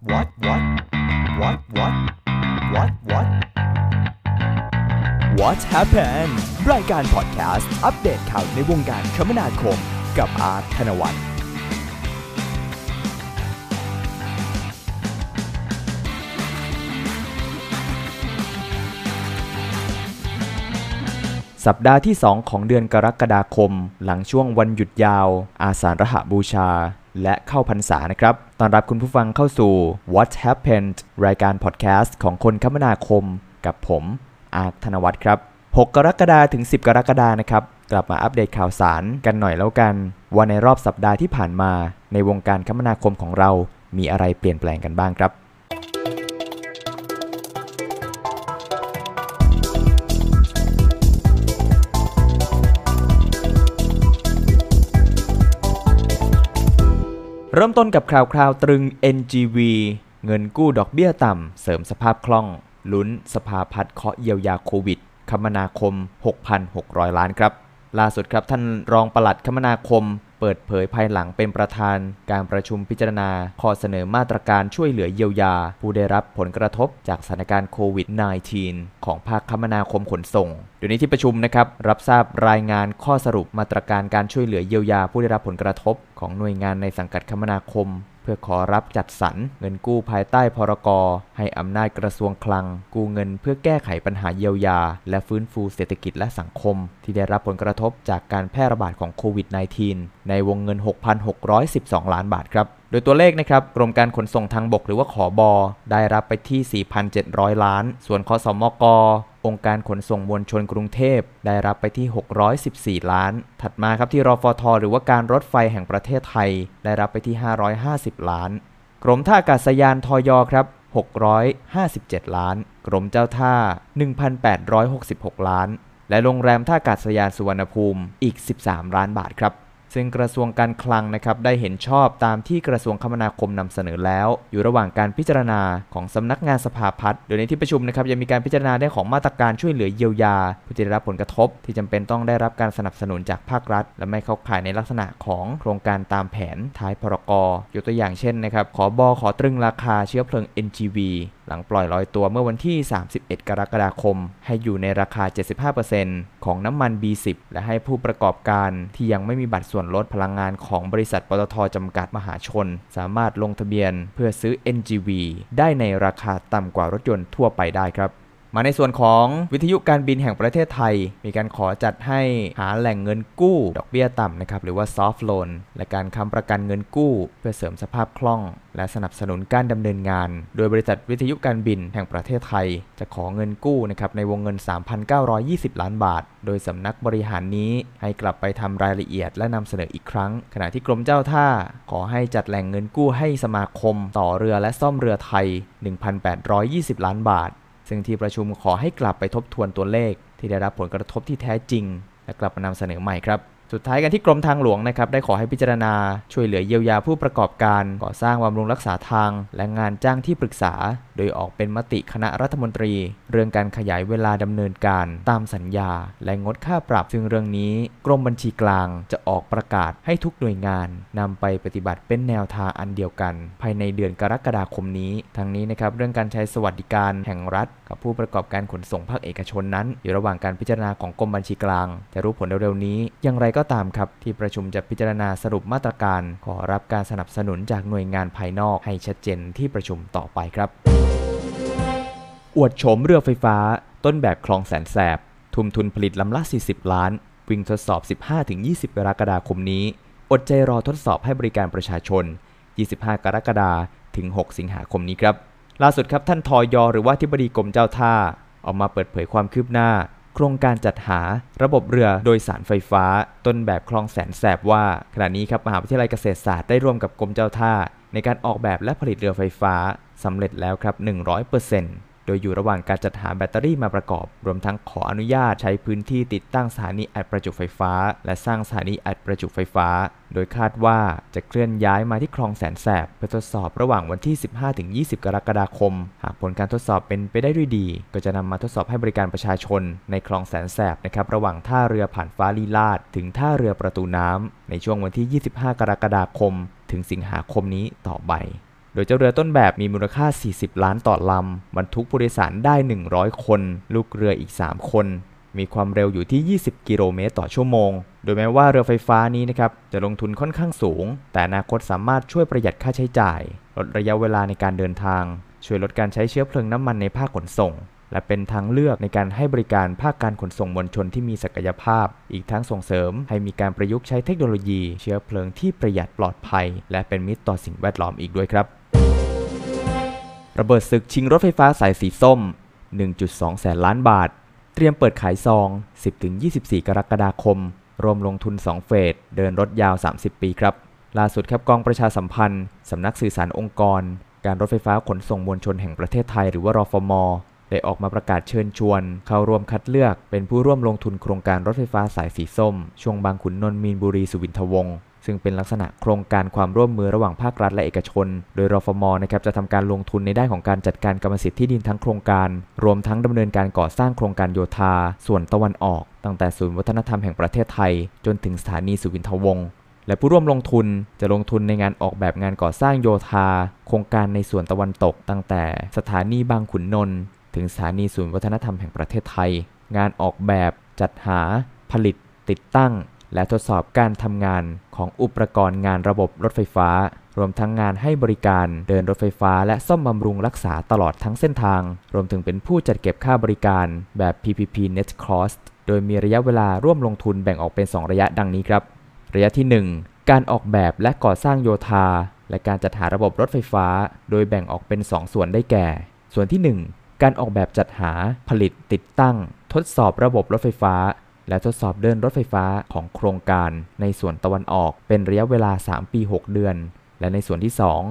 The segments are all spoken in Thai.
What happened รายการพอดแคสต์อัปเดตข่าวในวงการคมนาคมกับอาร์ตธนวัฒน์สัปดาห์ที่ 2 ของเดือนกรกฎาคมหลังช่วงวันหยุดยาวอาสาฬหบูชาและเข้าพรรษานะครับต้อนรับคุณผู้ฟังเข้าสู่ What happened รายการพอดแคสต์ของคนคมนาคมกับผมอาร์ตธนวัฒน์ครับ6 กรกฎาคมถึง 10 กรกฎาคมนะครับกลับมาอัปเดตข่าวสารกันหน่อยแล้วกันว่าในรอบสัปดาห์ที่ผ่านมาในวงการคมนาคมของเรามีอะไรเปลี่ยนแปลงกันบ้างครับเริ่มต้นกับข่าวตรึง NGV เงินกู้ดอกเบี้ยต่ำเสริมสภาพคล่องลุ้นสภาพัฒน์เคาะเยียวยาโควิดคมนาคม 6,600 ล้านครับล่าสุดครับท่านรองปลัดคมนาคมเปิดเผยภายหลังเป็นประธานการประชุมพิจารณาข้อเสนอมาตรการช่วยเหลือเยียวยาผู้ได้รับผลกระทบจากสถานการณ์โควิด -19 ของภาคคมนาคมขนส่งโดยในที่ประชุมนะครับรับทราบรายงานข้อสรุปมาตรการการช่วยเหลือเยียวยาผู้ได้รับผลกระทบของหน่วยงานในสังกัดคมนาคมเพื่อขอรับจัดสรรเงินกู้ภายใต้พรก.ให้อำนาจกระทรวงคลังกู้เงินเพื่อแก้ไขปัญหาเยียวยาและฟื้นฟูเศรษฐกิจและสังคมที่ได้รับผลกระทบจากการแพร่ระบาดของโควิด -19 ในวงเงิน 6,612 ล้านบาทครับโดยตัวเลขนะครับกรมการขนส่งทางบกหรือว่าขบ.ได้รับไปที่ 4,700 ล้านส่วนคสมก.องค์การขนส่งมวลชนกรุงเทพได้รับไปที่614ล้านถัดมาครับที่รฟท.หรือว่าการรถไฟแห่งประเทศไทยได้รับไปที่550ล้านกรมท่าอากาศยานทย.ครับ657ล้านกรมเจ้าท่า 1,866 ล้านและโรงแรมท่าอากาศยานสุวรรณภูมิอีก13ล้านบาทครับซึ่งกระทรวงการคลังนะครับได้เห็นชอบตามที่กระทรวงคมนาคมนำเสนอแล้วอยู่ระหว่างการพิจารณาของสำนักงานสภาพัฒน์โดยในที่ประชุมนะครับยังมีการพิจารณาได้ของมาตรการช่วยเหลือเยียวยาผู้ได้รับผลกระทบที่จำเป็นต้องได้รับการสนับสนุนจากภาครัฐและไม่เข้าข่ายในลักษณะของโครงการตามแผนท้ายพรก.ยกตัวอย่างเช่นนะครับขอตรึงราคาเชื้อเพลิง NGV หลังปล่อยลอยตัวเมื่อวันที่31 กรกฎาคมให้อยู่ในราคา 75% ของน้ำมัน B10 และให้ผู้ประกอบการที่ยังไม่มีบัตรส่วนลดพลังงานของบริษัทปตท.จำกัดมหาชนสามารถลงทะเบียนเพื่อซื้อ NGV ได้ในราคาต่ำกว่ารถยนต์ทั่วไปได้ครับมาในส่วนของวิทยุการบินแห่งประเทศไทยมีการขอจัดให้หาแหล่งเงินกู้ดอกเบี้ยต่ำนะครับหรือว่า soft loan และการค้ำประกันเงินกู้เพื่อเสริมสภาพคล่องและสนับสนุนการดำเนินงานโดยบริษัทวิทยุการบินแห่งประเทศไทยจะขอเงินกู้นะครับในวงเงิน 3,920 ล้านบาทโดยสำนักบริหารนี้ให้กลับไปทำรายละเอียดและนำเสนออีกครั้งขณะที่กรมเจ้าท่าขอให้จัดแหล่งเงินกู้ให้สมาคมต่อเรือและซ่อมเรือไทย 1,820 ล้านบาทซึ่งที่ประชุมขอให้กลับไปทบทวนตัวเลขที่ได้รับผลกระทบที่แท้จริงและกลับมานำเสนอใหม่ครับสุดท้ายกันที่กรมทางหลวงนะครับได้ขอให้พิจารณาช่วยเหลือเยียวยาผู้ประกอบการก่อสร้างบำรุงรักษาทางและงานจ้างที่ปรึกษาโดยออกเป็นมติคณะรัฐมนตรีเรื่องการขยายเวลาดำเนินการตามสัญญาและงดค่าปรับซึ่งเรื่องนี้กรมบัญชีกลางจะออกประกาศให้ทุกหน่วยงานนำไปปฏิบัติเป็นแนวทางอันเดียวกันภายในเดือนกรกฎาคมนี้ทั้งนี้นะครับเรื่องการใช้สวัสดิการแห่งรัฐกับผู้ประกอบการขนส่งภาคเอกชนนั้นอยู่ระหว่างการพิจารณาของกรมบัญชีกลางจะรู้ผลเร็วๆนี้อย่างไรก็ตามครับที่ประชุมจะพิจารณาสรุปมาตรการขอรับการสนับสนุนจากหน่วยงานภายนอกให้ชัดเจนที่ประชุมต่อไปครับอวดโฉมเรือไฟฟ้าต้นแบบคลองแสนแสบทุ่มทุนผลิตลำละ40ล้านวิ่งทดสอบ 15-20 กรกฎาคมนี้อดใจรอทดสอบให้บริการประชาชน25 กรกฎาคมถึง 6 สิงหาคมนี้ครับล่าสุดครับท่านทย.หรือว่าอธิบดีกรมเจ้าท่าออกมาเปิดเผยความคืบหน้าโครงการจัดหาระบบเรือโดยสารไฟฟ้าต้นแบบคลองแสนแสบว่าขณะนี้ครับมหาวิทยาลัยเกษตรศาสตร์ได้ร่วมกับกรมเจ้าท่าในการออกแบบและผลิตเรือไฟฟ้าสำเร็จแล้วครับ 100%โดยอยู่ระหว่างการจัดหาแบตเตอรี่มาประกอบรวมทั้งขออนุญาตใช้พื้นที่ติดตั้งสถานีอัดประจุไฟฟ้าและสร้างสถานีอัดประจุไฟฟ้าโดยคาดว่าจะเคลื่อนย้ายมาที่คลองแสนแสบเพื่อทดสอบระหว่างวันที่ 15-20 กรกฎาคมหากผลการทดสอบเป็นไปได้ด้วยดีก็จะนำมาทดสอบให้บริการประชาชนในคลองแสนแสบนะครับระหว่างท่าเรือผ่านฟ้าลีลาศถึงท่าเรือประตูน้ำในช่วงวันที่ 25 กรกฎาคมถึงสิงหาคมนี้ต่อไปโดยเจ้าเรือต้นแบบมีมูลค่า40ล้านต่อลำบรรทุกผู้โดยสารได้100คนลูกเรืออีก3คนมีความเร็วอยู่ที่20กิโลเมตรต่อชั่วโมงโดยแม้ว่าเรือไฟฟ้านี้นะครับจะลงทุนค่อนข้างสูงแต่อนาคตสามารถช่วยประหยัดค่าใช้จ่ายลดระยะเวลาในการเดินทางช่วยลดการใช้เชื้อเพลิงน้ำมันในภาคขนส่งและเป็นทางเลือกในการให้บริการภาคการขนส่งมวลชนที่มีศักยภาพอีกทั้งส่งเสริมให้มีการประยุกต์ใช้เทคโนโลยีเชื้อเพลิงที่ประหยัดปลอดภัยและเป็นมิตรต่อสิ่งแวดล้อมอีกด้วยครับระเบิดศึกชิงรถไฟฟ้าสายสีส้ม 1.2 แสนล้านบาทเตรียมเปิดขายซอง 10-24 กรกฎาคมรวมลงทุน2เฟสเดินรถยาว30ปีครับล่าสุดครับกองประชาสัมพันธ์สำนักสื่อสารองค์กรการรถไฟฟ้าขนส่งมวลชนแห่งประเทศไทยหรือว่ารฟม.ได้ออกมาประกาศเชิญชวนเข้าร่วมคัดเลือกเป็นผู้ร่วมลงทุนโครงการรถไฟฟ้าสายสีส้มช่วงบางขุนนนท์มีนบุรีสุวินทวงศ์ซึ่งเป็นลักษณะโครงการความร่วมมือระหว่างภาครัฐและเอกชนโดยรฟม.นะครับจะทำการลงทุนในด้านของการจัดการกรรมสิทธิ์ที่ดินทั้งโครงการรวมทั้งดำเนินการก่อสร้างโครงการโยธาส่วนตะวันออกตั้งแต่ศูนย์วัฒนธรรมแห่งประเทศไทยจนถึงสถานีสุวินทวงศ์และผู้ร่วมลงทุนจะลงทุนในงานออกแบบงานก่อสร้างโยธาโครงการในส่วนตะวันตกตั้งแต่สถานีบางขุนนนท์ถึงสถานีศูนย์วัฒนธรรมแห่งประเทศไทยงานออกแบบจัดหาผลิตติดตั้งและทดสอบการทำงานของอุปกรณ์งานระบบรถไฟฟ้ารวมทั้งงานให้บริการเดินรถไฟฟ้าและซ่อมบำรุงรักษาตลอดทั้งเส้นทางรวมถึงเป็นผู้จัดเก็บค่าบริการแบบ PPP Net Cost โดยมีระยะเวลาร่วมลงทุนแบ่งออกเป็น2ระยะดังนี้ครับระยะที่1การออกแบบและก่อสร้างโยธาและการจัดหาระบบรถไฟฟ้าโดยแบ่งออกเป็น2ส่วนได้แก่ส่วนที่1การออกแบบจัดหาผลิตติดตั้งทดสอบระบบรถไฟฟ้าและทดสอบเดินรถไฟฟ้าของโครงการในส่วนตะวันออกเป็นระยะเวลา3ปี6เดือนและในส่วนที่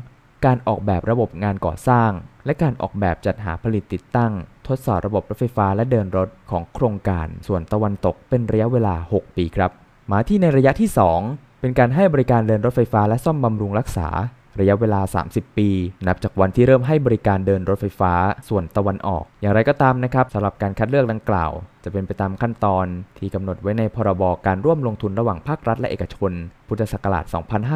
2การออกแบบระบบงานก่อสร้างและการออกแบบจัดหาผลิตติดตั้งทดสอบระบบรถไฟฟ้าและเดินรถของโครงการส่วนตะวันตกเป็นระยะเวลา6ปีครับมาที่ในระยะที่2เป็นการให้บริการเดินรถไฟฟ้าและซ่อมบำรุงรักษาระยะเวลา30ปีนับจากวันที่เริ่มให้บริการเดินรถไฟฟ้าส่วนตะวันออกอย่างไรก็ตามนะครับสำหรับการคัดเลือกดังกล่าวจะเป็นไปตามขั้นตอนที่กำหนดไว้ในพรบการร่วมลงทุนระหว่างภาครัฐและเอกชนพุทธศักราช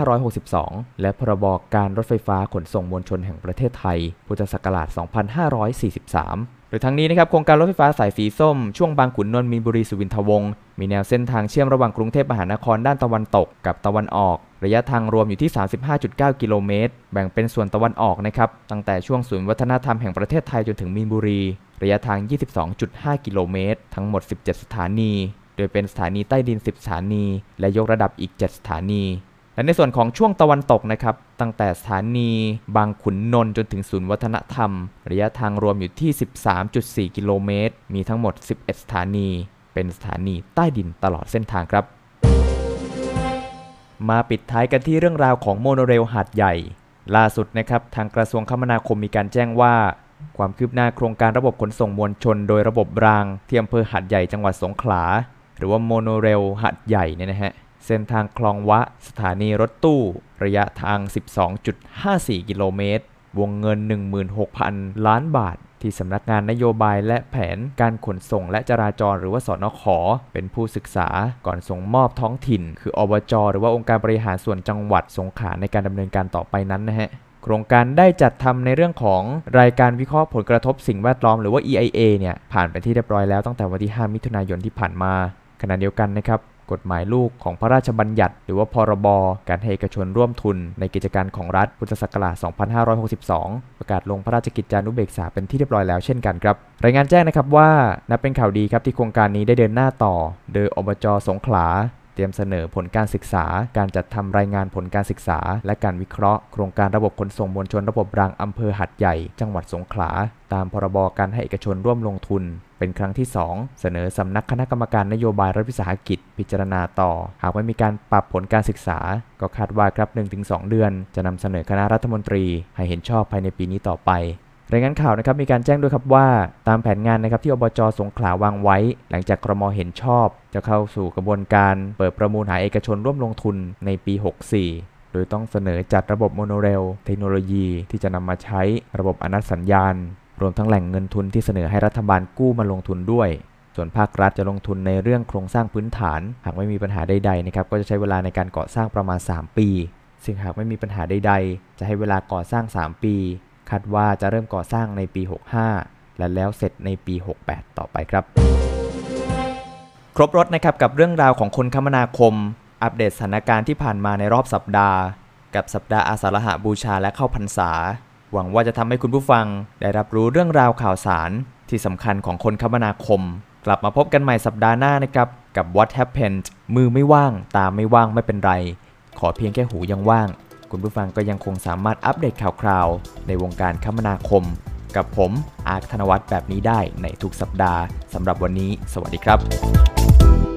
2562 และพรบการรถไฟฟ้าขนส่งมวลชนแห่งประเทศไทยพุทธศักราช 2543 โดยทั้งนี้นะครับโครงการรถไฟฟ้าสายสีส้มช่วงบางขุนนนท์มีนบุรีสุวินทวงศ์มีแนวเส้นทางเชื่อมระหว่างกรุงเทพมหานครด้านตะวันตกกับตะวันออกระยะทางรวมอยู่ที่ 35.9 กิโลเมตรแบ่งเป็นส่วนตะวันออกนะครับตั้งแต่ช่วงศูนย์วัฒนธรรมแห่งประเทศไทยจนถึงมีนบุรีระยะทาง 22.5 กิโลเมตรทั้งหมด17สถานีโดยเป็นสถานีใต้ดิน10สถานีและยกระดับอีก7สถานีและในส่วนของช่วงตะวันตกนะครับตั้งแต่สถานีบางขุนนนท์จนถึงศูนย์วัฒนธรรมระยะทางรวมอยู่ที่ 13.4 กิโลเมตรมีทั้งหมด11สถานีเป็นสถานีใต้ดินตลอดเส้นทางครับมาปิดท้ายกันที่เรื่องราวของโมโนเรลหาดใหญ่ล่าสุดนะครับทางกระทรวงคมนาคมมีการแจ้งว่าความคืบหน้าโครงการระบบขนส่งมวลชนโดยระบบรางที่อำเภอหาดใหญ่จังหวัดสงขลาหรือว่าโมโนเรลหาดใหญ่เนี่ยนะฮะเส้นทางคลองวะสถานีรถตู้ระยะทาง 12.54 กิโลเมตรวงเงิน 16,000 ล้านบาทที่สำนักงานนโยบายและแผนการขนส่งและจราจรหรือว่าสนข.เป็นผู้ศึกษาก่อนส่งมอบท้องถิ่นคืออบจ.หรือว่าองค์การบริหารส่วนจังหวัดสงขลาในการดำเนินการต่อไปนั้นนะฮะโครงการได้จัดทำในเรื่องของรายการวิเคราะห์ผลกระทบสิ่งแวดล้อมหรือว่า EIA เนี่ยผ่านไปที่เรียบร้อยแล้วตั้งแต่วันที่ 5 มิถุนายนที่ผ่านมาขณะเดียวกันนะครับกฎหมายลูกของพระราชบัญญัติหรือว่าพรบการให้เอกชนร่วมทุนในกิจการของรัฐพุทธศักราช 2562 ประกาศลงพระราชกิจจานุเบกษาเป็นที่เรียบร้อยแล้วเช่นกันครับรายงานแจ้งนะครับว่านับเป็นข่าวดีครับที่โครงการนี้ได้เดินหน้าต่อโดยอบจ.สงขลาเตรียมเสนอผลการศึกษาการจัดทำรายงานผลการศึกษาและการวิเคราะห์โครงการระบบขนส่งมวลชนระบบรางอำเภอหาดใหญ่จังหวัดสงขลาตามพรบการให้เอกชนร่วมลงทุนเป็นครั้งที่2เสนอสำนักคณะกรรมการนโยบายรัฐวิสาหกิจพิจารณาต่อหากไม่มีการปรับผลการศึกษาก็คาดว่าครับ 1-2 เดือนจะนำเสนอคณะรัฐมนตรีให้เห็นชอบภายในปีนี้ต่อไปรายงานข่าวนะครับมีการแจ้งด้วยครับว่าตามแผนงานนะครับที่อบจ.สงขลาวางไว้หลังจากครม.เห็นชอบจะเข้าสู่กระบวนการเปิดประมูลหาเอกชนร่วมลงทุนในปี 64 โดยต้องเสนอจัดระบบโมโนเรลเทคโนโลยีที่จะนำมาใช้ระบบอนัตสัญญาณรวมทั้งแหล่งเงินทุนที่เสนอให้รัฐบาลกู้มาลงทุนด้วยส่วนภาครัฐจะลงทุนในเรื่องโครงสร้างพื้นฐานหากไม่มีปัญหาใดๆนะครับก็จะใช้เวลาในการก่อสร้างประมาณ3ปีซึ่งหากไม่มีปัญหาใดๆจะให้เวลาก่อสร้าง3ปีคาดว่าจะเริ่มก่อสร้างในปี65และแล้วเสร็จในปี68ต่อไปครับครบรถนะครับกับเรื่องราวของคนคมนาคมอัปเดตสถานการณ์ที่ผ่านมาในรอบสัปดาห์กับสัปดาห์อาสาฬหบูชาและเข้าพรรษาหวังว่าจะทำให้คุณผู้ฟังได้รับรู้เรื่องราวข่าวสารที่สำคัญของคนคมนาคมกลับมาพบกันใหม่สัปดาห์หน้านะครับกับ What Happened มือไม่ว่างตาไม่ว่างไม่เป็นไรขอเพียงแค่หูยังว่างคุณผู้ฟังก็ยังคงสามารถอัปเดตข่าวคราวในวงการคมนาคมกับผมอาร์คธนวัฒน์แบบนี้ได้ในทุกสัปดาห์สำหรับวันนี้สวัสดีครับ